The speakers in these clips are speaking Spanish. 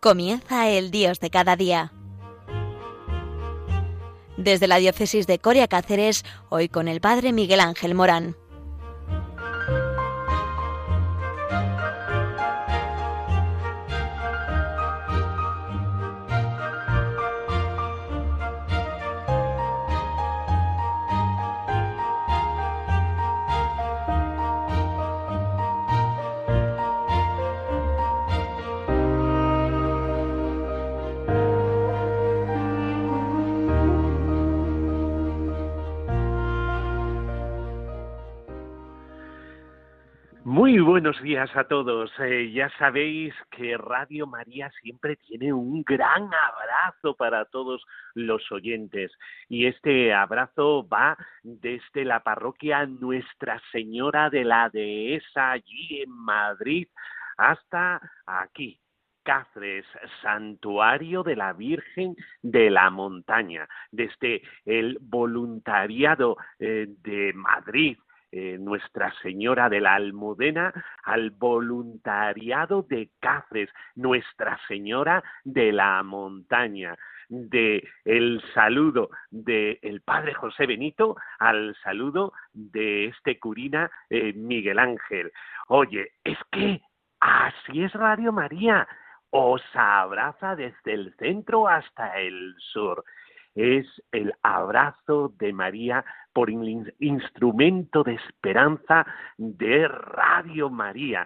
Comienza el Dios de cada día. Desde la diócesis de Coria Cáceres, hoy con el padre Miguel Ángel Morán. Muy buenos días a todos. Ya sabéis que Radio María siempre tiene un gran abrazo para todos los oyentes. Y este abrazo va desde la parroquia Nuestra Señora de la Dehesa, allí en Madrid, hasta aquí, Cáceres, Santuario de la Virgen de la Montaña. Desde el voluntariado de Madrid, Nuestra Señora de la Almudena, al voluntariado de Cáceres, Nuestra Señora de la Montaña, de el saludo del padre José Benito al saludo de este curina Miguel Ángel. Oye, es que así es Radio María, os abraza desde el centro hasta el sur. Es el abrazo de María por el instrumento de esperanza de Radio María.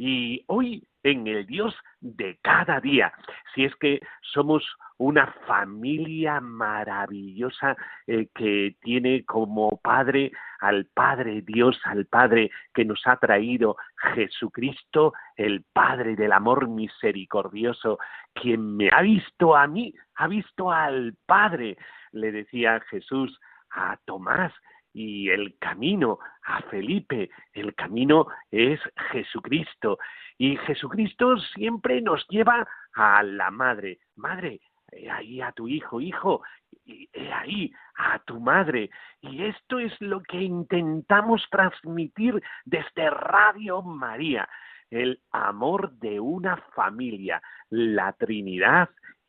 Y hoy en el Dios de cada día, si es que somos una familia maravillosa que tiene como Padre al Padre Dios, al Padre que nos ha traído Jesucristo, el Padre del amor misericordioso, quien me ha visto a mí, ha visto al Padre, le decía Jesús a Tomás. Y el camino a Felipe, el camino es Jesucristo. Y Jesucristo siempre nos lleva a la madre. Madre, ahí a tu hijo, hijo, y ahí a tu madre. Y esto es lo que intentamos transmitir desde Radio María. El amor de una familia, la Trinidad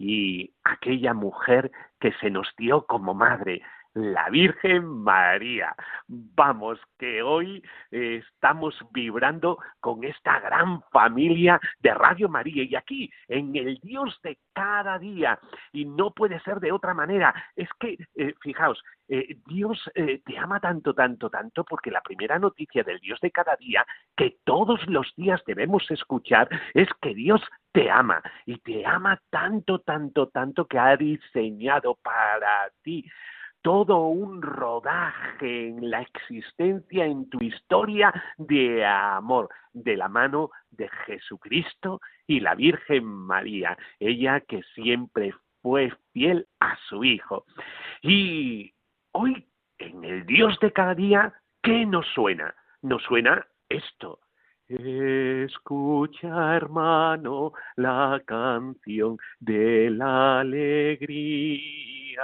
y aquella mujer que se nos dio como madre, la Virgen María. Vamos, que hoy estamos vibrando con esta gran familia de Radio María y aquí, en el Dios de cada día. Y no puede ser de otra manera. Es que, fijaos, Dios te ama tanto, tanto, tanto, porque la primera noticia del Dios de cada día que todos los días debemos escuchar es que Dios te ama. Y te ama tanto, tanto, tanto que ha diseñado para ti todo un rodaje en la existencia, en tu historia de amor, de la mano de Jesucristo y la Virgen María, ella que siempre fue fiel a su Hijo. Y hoy, en el Dios de cada día, ¿qué nos suena? Nos suena esto. Escucha, hermano, la canción de la alegría,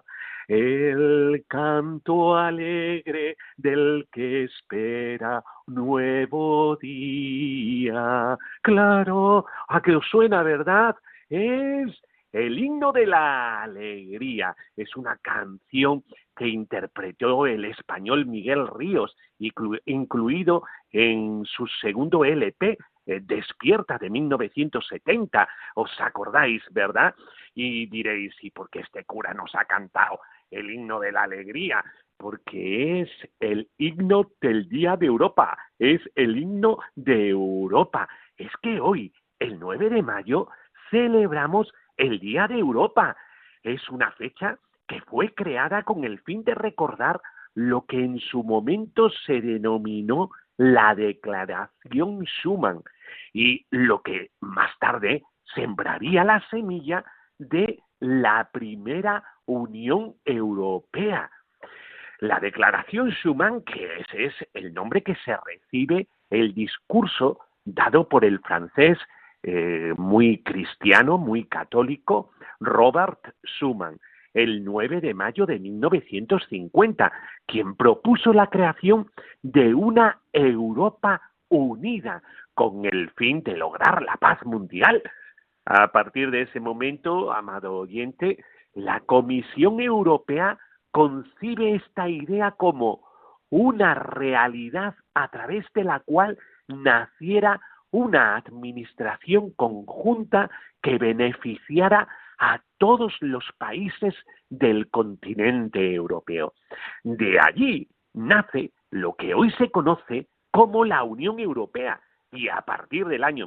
el canto alegre del que espera nuevo día. Claro, ¿a qué os suena, verdad? Es el himno de la alegría. Es una canción que interpretó el español Miguel Ríos, incluido en su segundo LP, Despierta, de 1970. ¿Os acordáis, verdad? Y diréis, ¿y por qué este cura nos ha cantado el himno de la alegría? Porque es el himno del Día de Europa, es el himno de Europa. Es que hoy, el 9 de mayo, celebramos el Día de Europa. Es una fecha que fue creada con el fin de recordar lo que en su momento se denominó la Declaración Schuman y lo que más tarde sembraría la semilla de la primera Unión Europea. La Declaración Schuman, que ese es el nombre que se recibe el discurso dado por el francés muy cristiano, muy católico, Robert Schuman, el 9 de mayo de 1950, quien propuso la creación de una Europa unida con el fin de lograr la paz mundial. A partir de ese momento, amado oyente, la Comisión Europea concibe esta idea como una realidad a través de la cual naciera una administración conjunta que beneficiara a todos los países del continente europeo. De allí nace lo que hoy se conoce como la Unión Europea, y a partir del año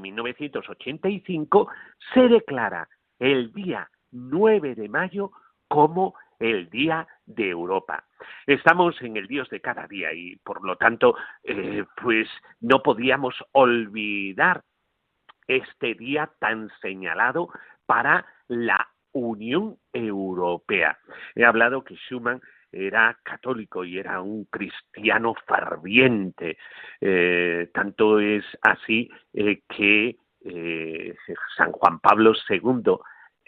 1985 se declara el día 9 de mayo como el Día de Europa. Estamos en el Dios de cada día y, por lo tanto, pues no podíamos olvidar este día tan señalado para la Unión Europea. He hablado que Schuman era católico y era un cristiano ferviente. Tanto es así que San Juan Pablo II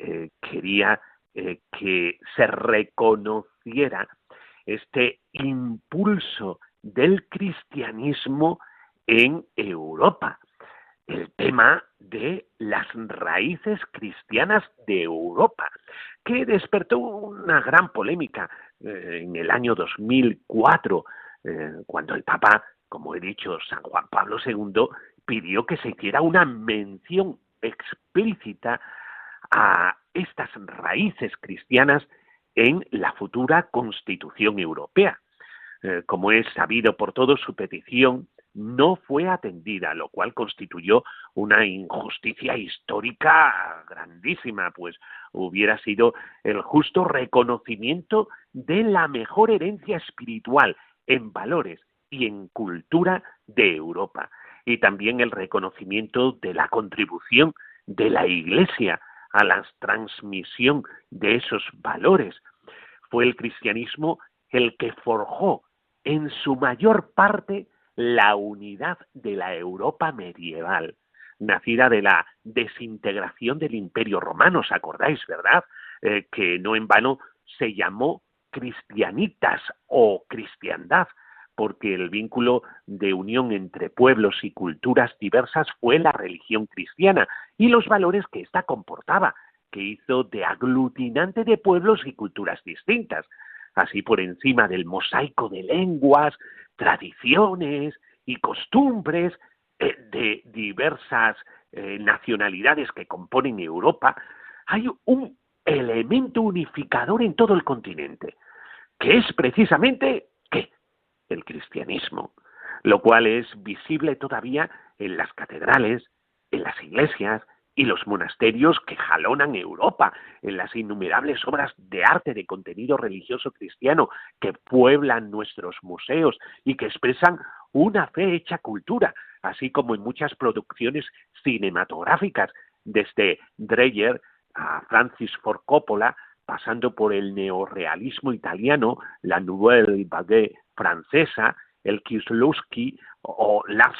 quería que se reconociera este impulso del cristianismo en Europa. El tema de las raíces cristianas de Europa, que despertó una gran polémica en el año 2004, cuando el Papa, como he dicho, San Juan Pablo II, pidió que se hiciera una mención explícita a estas raíces cristianas en la futura Constitución Europea. Como es sabido por todos, su petición no fue atendida, lo cual constituyó una injusticia histórica grandísima, pues hubiera sido el justo reconocimiento de la mejor herencia espiritual en valores y en cultura de Europa, y también el reconocimiento de la contribución de la Iglesia a la transmisión de esos valores. Fue el cristianismo el que forjó en su mayor parte la unidad de la Europa medieval, nacida de la desintegración del Imperio Romano, ¿os acordáis, verdad? Que no en vano se llamó cristianitas o cristiandad, porque el vínculo de unión entre pueblos y culturas diversas fue la religión cristiana y los valores que ésta comportaba, que hizo de aglutinante de pueblos y culturas distintas. Así, por encima del mosaico de lenguas, tradiciones y costumbres de diversas nacionalidades que componen Europa, hay un elemento unificador en todo el continente, que es precisamente, ¿qué? El cristianismo, lo cual es visible todavía en las catedrales, en las iglesias y los monasterios que jalonan Europa, en las innumerables obras de arte de contenido religioso cristiano que pueblan nuestros museos y que expresan una fe hecha cultura, así como en muchas producciones cinematográficas, desde Dreyer a Francis Ford Coppola, pasando por el neorrealismo italiano, la Nouvelle Vague francesa, el Kieslowski o Lars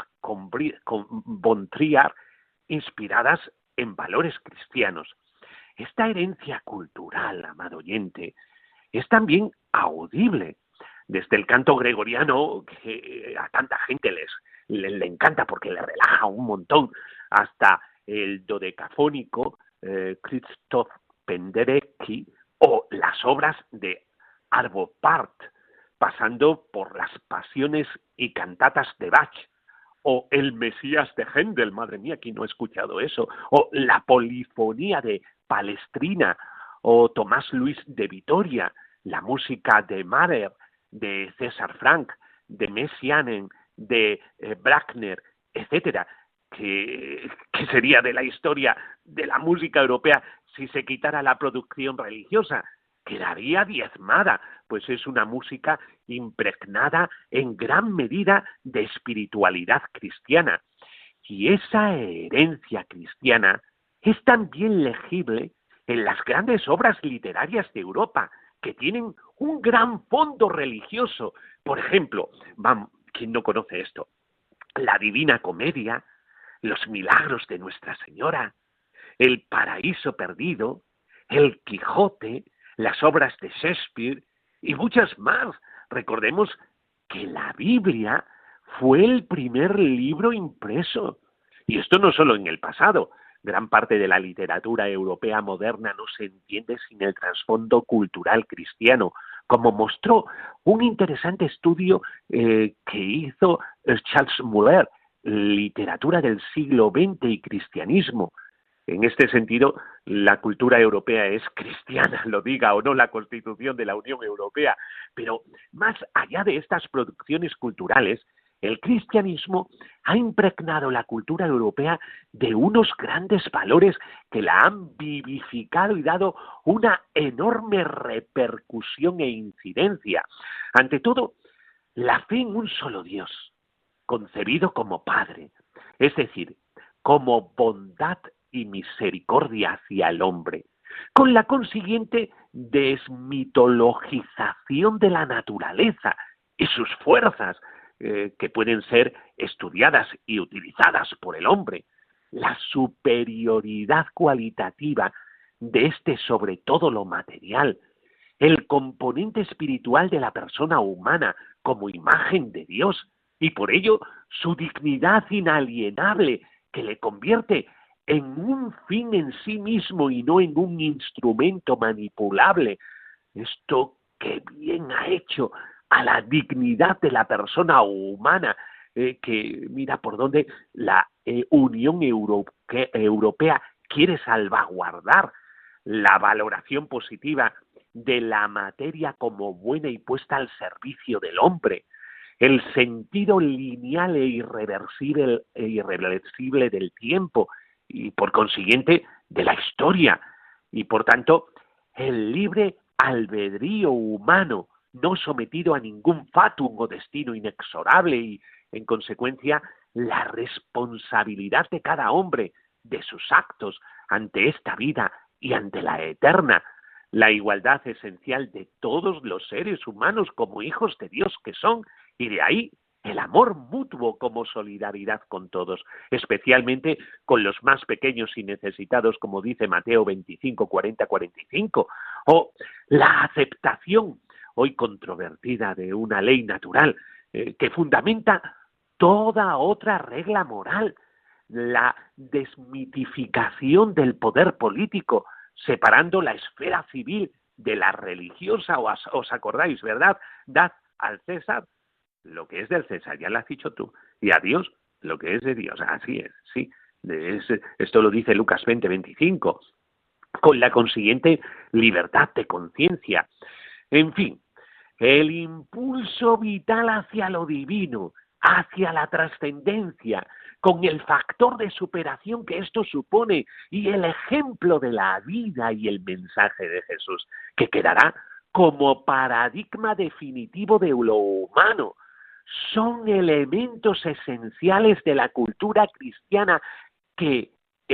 von Trier, inspiradas en valores cristianos. Esta herencia cultural, amado oyente, es también audible desde el canto gregoriano, que a tanta gente le encanta porque le relaja un montón, hasta el dodecafónico Krzysztof Penderecki o las obras de Arvo Pärt, pasando por las pasiones y cantatas de Bach, o el Mesías de Händel, madre mía, ¿quién no ha escuchado eso? O la polifonía de Palestrina, o Tomás Luis de Vitoria, la música de Mahler, de César Franck, de Messiaen, de Bruckner, etcétera. ¿Qué sería de la historia de la música europea si se quitara la producción religiosa? Quedaría diezmada, pues es una música impregnada en gran medida de espiritualidad cristiana. Y esa herencia cristiana es también legible en las grandes obras literarias de Europa, que tienen un gran fondo religioso. Por ejemplo, ¿quién no conoce esto? La Divina Comedia, Los Milagros de Nuestra Señora, El Paraíso Perdido, El Quijote, las obras de Shakespeare y muchas más. Recordemos que la Biblia fue el primer libro impreso. Y esto no solo en el pasado. Gran parte de la literatura europea moderna no se entiende sin el trasfondo cultural cristiano, como mostró un interesante estudio que hizo Charles Muller, Literatura del siglo XX y cristianismo. En este sentido, la cultura europea es cristiana, lo diga o no la Constitución de la Unión Europea, pero más allá de estas producciones culturales, el cristianismo ha impregnado la cultura europea de unos grandes valores que la han vivificado y dado una enorme repercusión e incidencia. Ante todo, la fe en un solo Dios, concebido como Padre, es decir, como bondad y misericordia hacia el hombre, con la consiguiente desmitologización de la naturaleza y sus fuerzas, que pueden ser estudiadas y utilizadas por el hombre, la superioridad cualitativa de este sobre todo lo material, el componente espiritual de la persona humana como imagen de Dios, y por ello su dignidad inalienable que le convierte en un fin en sí mismo y no en un instrumento manipulable. Esto que bien ha hecho a la dignidad de la persona humana, que mira por dónde la Unión Europea quiere salvaguardar la valoración positiva de la materia como buena y puesta al servicio del hombre, el sentido lineal e irreversible del tiempo y por consiguiente de la historia, y por tanto el libre albedrío humano no sometido a ningún fatum o destino inexorable y en consecuencia la responsabilidad de cada hombre de sus actos ante esta vida y ante la eterna, la igualdad esencial de todos los seres humanos como hijos de Dios que son, y de ahí el amor mutuo como solidaridad con todos, especialmente con los más pequeños y necesitados, como dice Mateo 25, 40, 45, o la aceptación hoy controvertida de una ley natural que fundamenta toda otra regla moral, la desmitificación del poder político, separando la esfera civil de la religiosa. Os acordáis, ¿verdad? Dad al César lo que es del César, ya lo has dicho tú, y a Dios lo que es de Dios. Así es, sí. Esto lo dice Lucas 20, 25, con la consiguiente libertad de conciencia. En fin, el impulso vital hacia lo divino, hacia la trascendencia, con el factor de superación que esto supone y el ejemplo de la vida y el mensaje de Jesús, que quedará como paradigma definitivo de lo humano, son elementos esenciales de la cultura cristiana que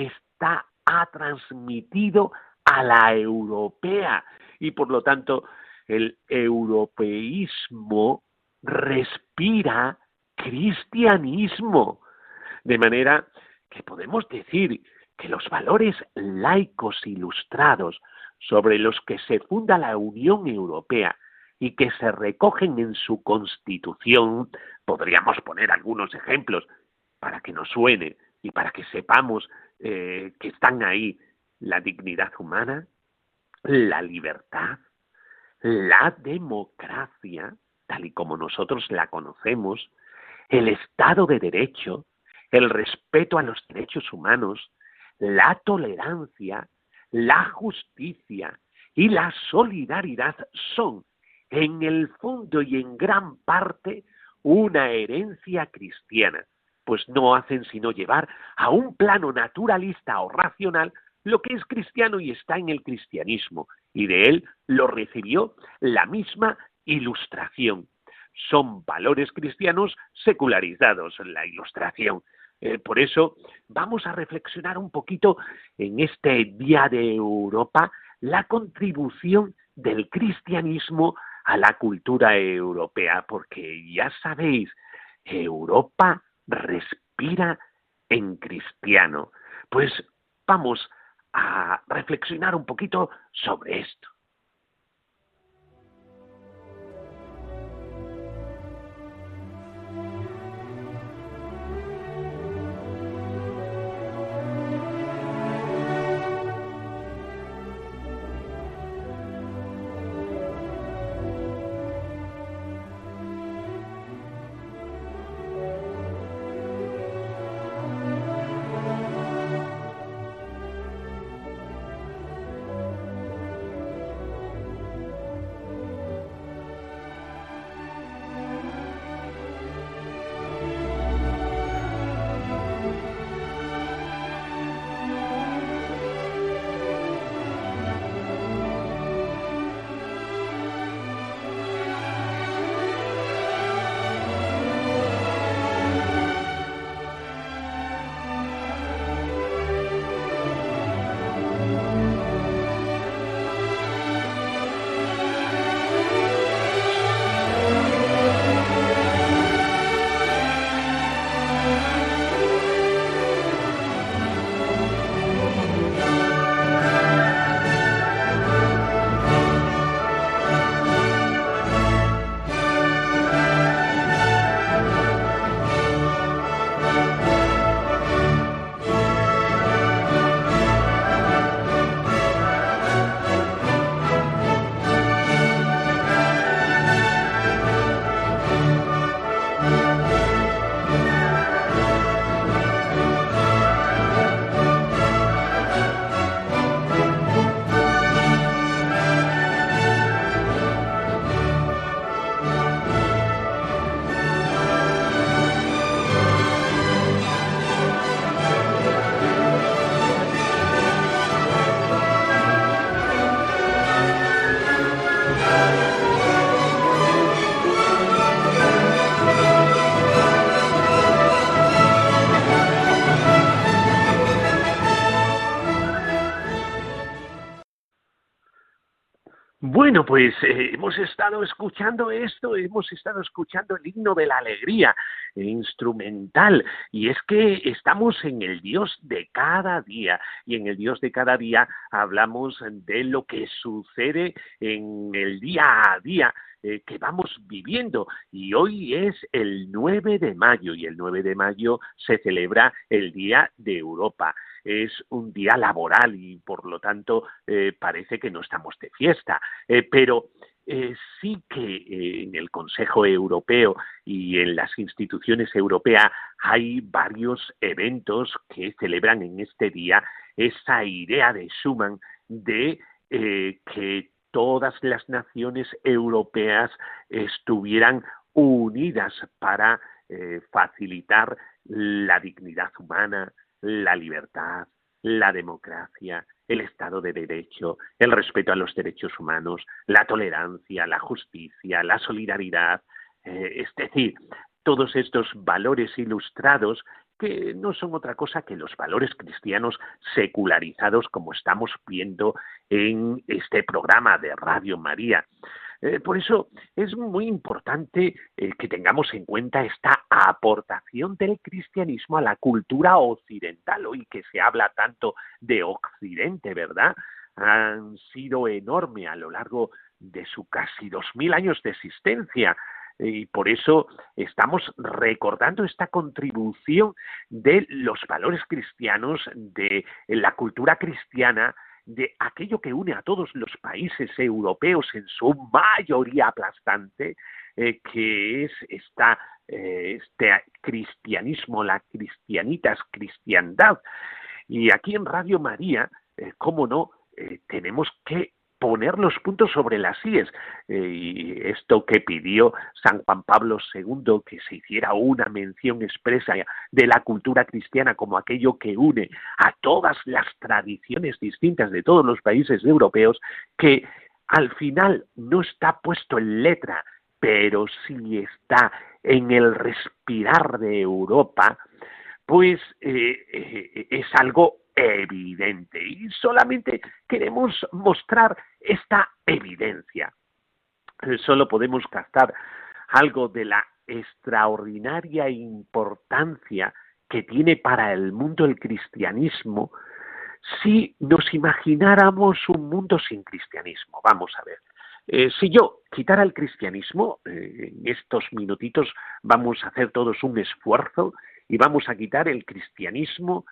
ha transmitido a la europea, y por lo tanto el europeísmo respira cristianismo, de manera que podemos decir que los valores laicos ilustrados sobre los que se funda la Unión Europea y que se recogen en su Constitución, podríamos poner algunos ejemplos para que nos suene y para que sepamos que están ahí: la dignidad humana, la libertad, la democracia, tal y como nosotros la conocemos, el Estado de Derecho, el respeto a los derechos humanos, la tolerancia, la justicia y la solidaridad son, en el fondo y en gran parte, una herencia cristiana, pues no hacen sino llevar a un plano naturalista o racional lo que es cristiano y está en el cristianismo, y de él lo recibió la misma Ilustración. Son valores cristianos secularizados, la Ilustración. Por eso vamos a reflexionar un poquito en este Día de Europa la contribución del cristianismo a la cultura europea, porque ya sabéis, Europa respira en cristiano. Pues vamos a reflexionar un poquito sobre esto. Bueno, pues hemos estado escuchando esto, hemos estado escuchando el himno de la alegría instrumental, y es que estamos en el Dios de cada día, y en el Dios de cada día hablamos de lo que sucede en el día a día que vamos viviendo, y hoy es el 9 de mayo, y el 9 de mayo se celebra el Día de Europa. Es un día laboral y por lo tanto parece que no estamos de fiesta, pero sí que en el Consejo Europeo y en las instituciones europeas hay varios eventos que celebran en este día esa idea de Schuman de que todas las naciones europeas estuvieran unidas para facilitar la dignidad humana, la libertad, la democracia, el Estado de Derecho, el respeto a los derechos humanos, la tolerancia, la justicia, la solidaridad, es decir, todos estos valores ilustrados que no son otra cosa que los valores cristianos secularizados, como estamos viendo en este programa de Radio María. Por eso es muy importante que tengamos en cuenta esta aportación del cristianismo a la cultura occidental, hoy que se habla tanto de Occidente, ¿verdad? Han sido enormes a lo largo de su casi 2000 años de existencia, y por eso estamos recordando esta contribución de los valores cristianos, de la cultura cristiana, de aquello que une a todos los países europeos en su mayoría aplastante, que es este cristianismo, la cristianitas, cristiandad. Y aquí en Radio María, cómo no, tenemos que poner los puntos sobre las íes, y esto que pidió San Juan Pablo II, que se hiciera una mención expresa de la cultura cristiana como aquello que une a todas las tradiciones distintas de todos los países europeos, que al final no está puesto en letra, pero sí está en el respirar de Europa, pues es algo evidente, y solamente queremos mostrar esta evidencia. Solo podemos captar algo de la extraordinaria importancia que tiene para el mundo el cristianismo si nos imagináramos un mundo sin cristianismo. Vamos a ver. Si yo quitara el cristianismo, en estos minutitos vamos a hacer todos un esfuerzo y vamos a quitar el cristianismo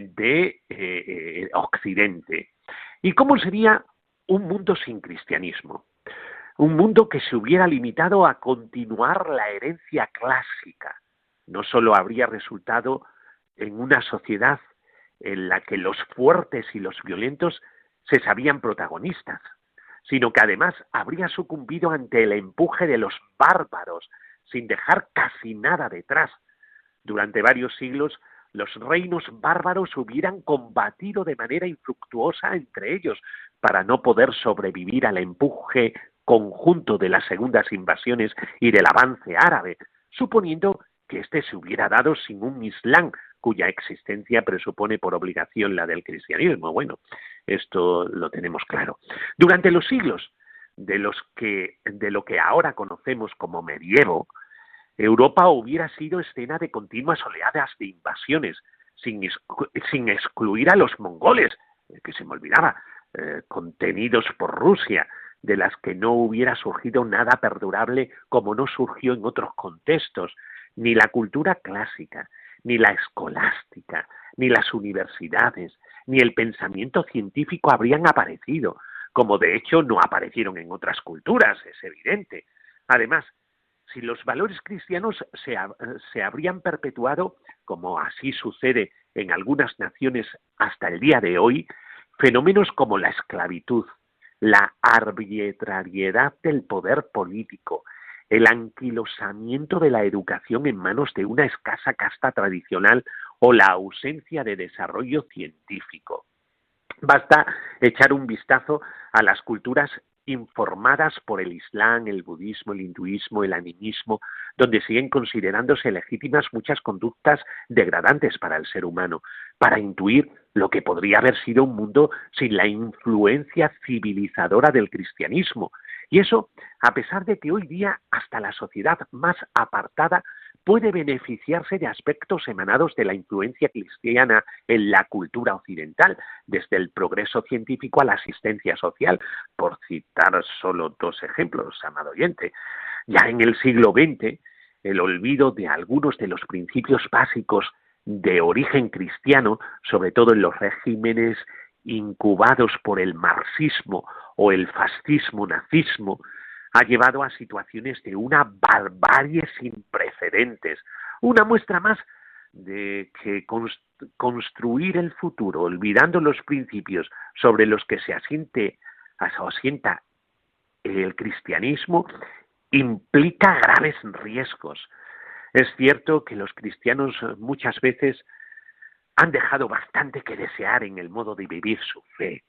de Occidente. ¿Y cómo sería un mundo sin cristianismo? Un mundo que se hubiera limitado a continuar la herencia clásica. No solo habría resultado en una sociedad en la que los fuertes y los violentos se sabían protagonistas, sino que además habría sucumbido ante el empuje de los bárbaros, sin dejar casi nada detrás. Durante varios siglos, los reinos bárbaros hubieran combatido de manera infructuosa entre ellos para no poder sobrevivir al empuje conjunto de las segundas invasiones y del avance árabe, suponiendo que éste se hubiera dado sin un Islam cuya existencia presupone por obligación la del cristianismo. Bueno, esto lo tenemos claro. Durante los siglos de lo que ahora conocemos como medievo, Europa hubiera sido escena de continuas oleadas de invasiones, sin excluir a los mongoles, que se me olvidaba, contenidos por Rusia, de las que no hubiera surgido nada perdurable como no surgió en otros contextos. Ni la cultura clásica, ni la escolástica, ni las universidades, ni el pensamiento científico habrían aparecido, como de hecho no aparecieron en otras culturas, es evidente. Además, si los valores cristianos se habrían perpetuado, como así sucede en algunas naciones hasta el día de hoy, fenómenos como la esclavitud, la arbitrariedad del poder político, el anquilosamiento de la educación en manos de una escasa casta tradicional o la ausencia de desarrollo científico. Basta echar un vistazo a las culturas informadas por el Islam, el budismo, el hinduismo, el animismo, donde siguen considerándose legítimas muchas conductas degradantes para el ser humano, para intuir lo que podría haber sido un mundo sin la influencia civilizadora del cristianismo, Y eso, a pesar de que hoy día hasta la sociedad más apartada puede beneficiarse de aspectos emanados de la influencia cristiana en la cultura occidental, desde el progreso científico a la asistencia social, por citar solo 2 ejemplos, amado oyente. Ya en el siglo XX, el olvido de algunos de los principios básicos de origen cristiano, sobre todo en los regímenes incubados por el marxismo o el fascismo nazismo, ha llevado a situaciones de una barbarie sin precedentes. Una muestra más de que construir el futuro, olvidando los principios sobre los que se asienta el cristianismo, implica graves riesgos. Es cierto que los cristianos muchas veces han dejado bastante que desear en el modo de vivir su fe,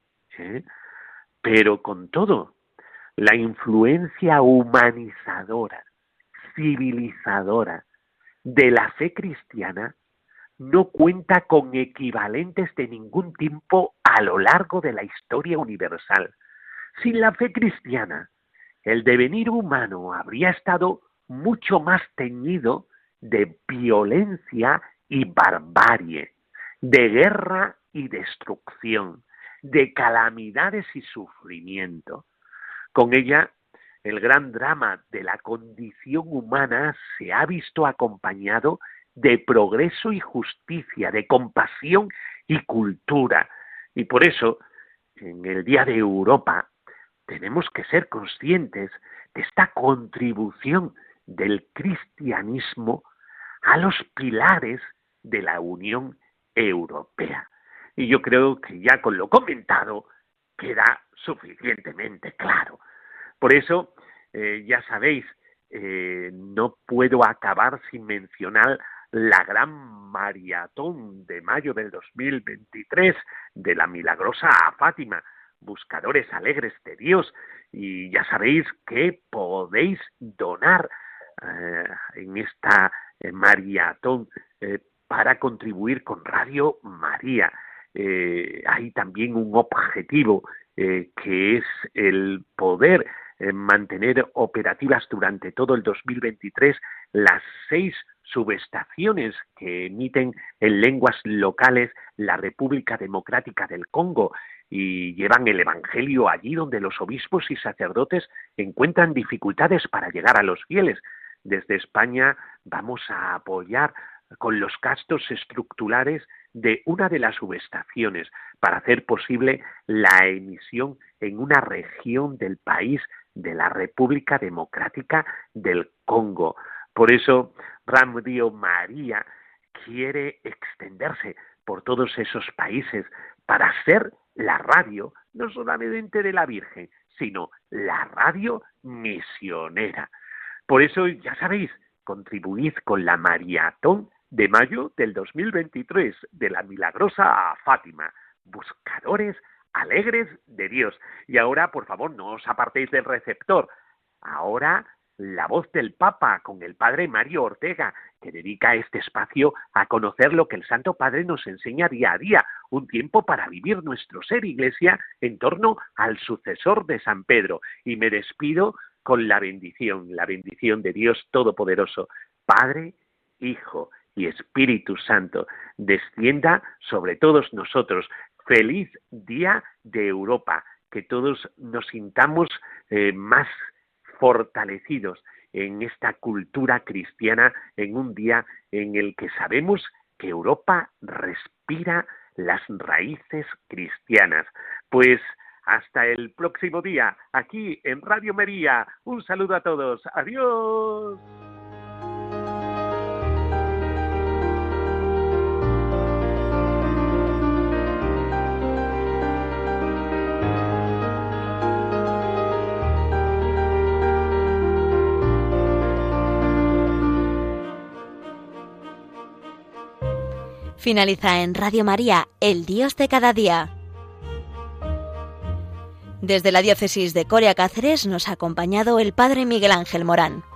pero con todo, la influencia humanizadora, civilizadora de la fe cristiana no cuenta con equivalentes de ningún tipo a lo largo de la historia universal. Sin la fe cristiana, el devenir humano habría estado mucho más teñido de violencia y barbarie, de guerra y destrucción, de calamidades y sufrimiento. Con ella, el gran drama de la condición humana se ha visto acompañado de progreso y justicia, de compasión y cultura. Y por eso, en el Día de Europa, tenemos que ser conscientes de esta contribución del cristianismo a los pilares de la Unión Europea. Y yo creo que ya con lo comentado queda suficientemente claro. Por eso, ya sabéis, no puedo acabar sin mencionar la gran maratón de mayo del 2023 de la milagrosa Fátima, Buscadores Alegres de Dios, y ya sabéis que podéis donar en esta maratón para contribuir con Radio María. Hay también un objetivo que es el poder mantener operativas durante todo el 2023 las 6 subestaciones que emiten en lenguas locales la República Democrática del Congo y llevan el Evangelio allí donde los obispos y sacerdotes encuentran dificultades para llegar a los fieles. Desde España vamos a apoyar con los gastos estructurales de una de las subestaciones para hacer posible la emisión en una región del país de la República Democrática del Congo. Por eso Radio María quiere extenderse por todos esos países para ser la radio no solamente de la Virgen, sino la radio misionera. Por eso, ya sabéis, contribuid con la maratón de mayo del 2023 de la milagrosa Fátima, Buscadores Alegres de Dios. Y ahora, por favor, no os apartéis del receptor. Ahora, la voz del Papa con el Padre Mario Ortega, que dedica este espacio a conocer lo que el Santo Padre nos enseña día a día, un tiempo para vivir nuestro ser Iglesia en torno al sucesor de San Pedro. Y me despido con la bendición de Dios Todopoderoso, Padre, Hijo y Espíritu Santo, descienda sobre todos nosotros. Feliz Día de Europa, que todos nos sintamos más fortalecidos en esta cultura cristiana, en un día en el que sabemos que Europa respira las raíces cristianas. Pues hasta el próximo día, aquí en Radio María. Un saludo a todos. ¡Adiós! Finaliza en Radio María, el Dios de cada día. Desde la diócesis de Coria Cáceres nos ha acompañado el Padre Miguel Ángel Morán.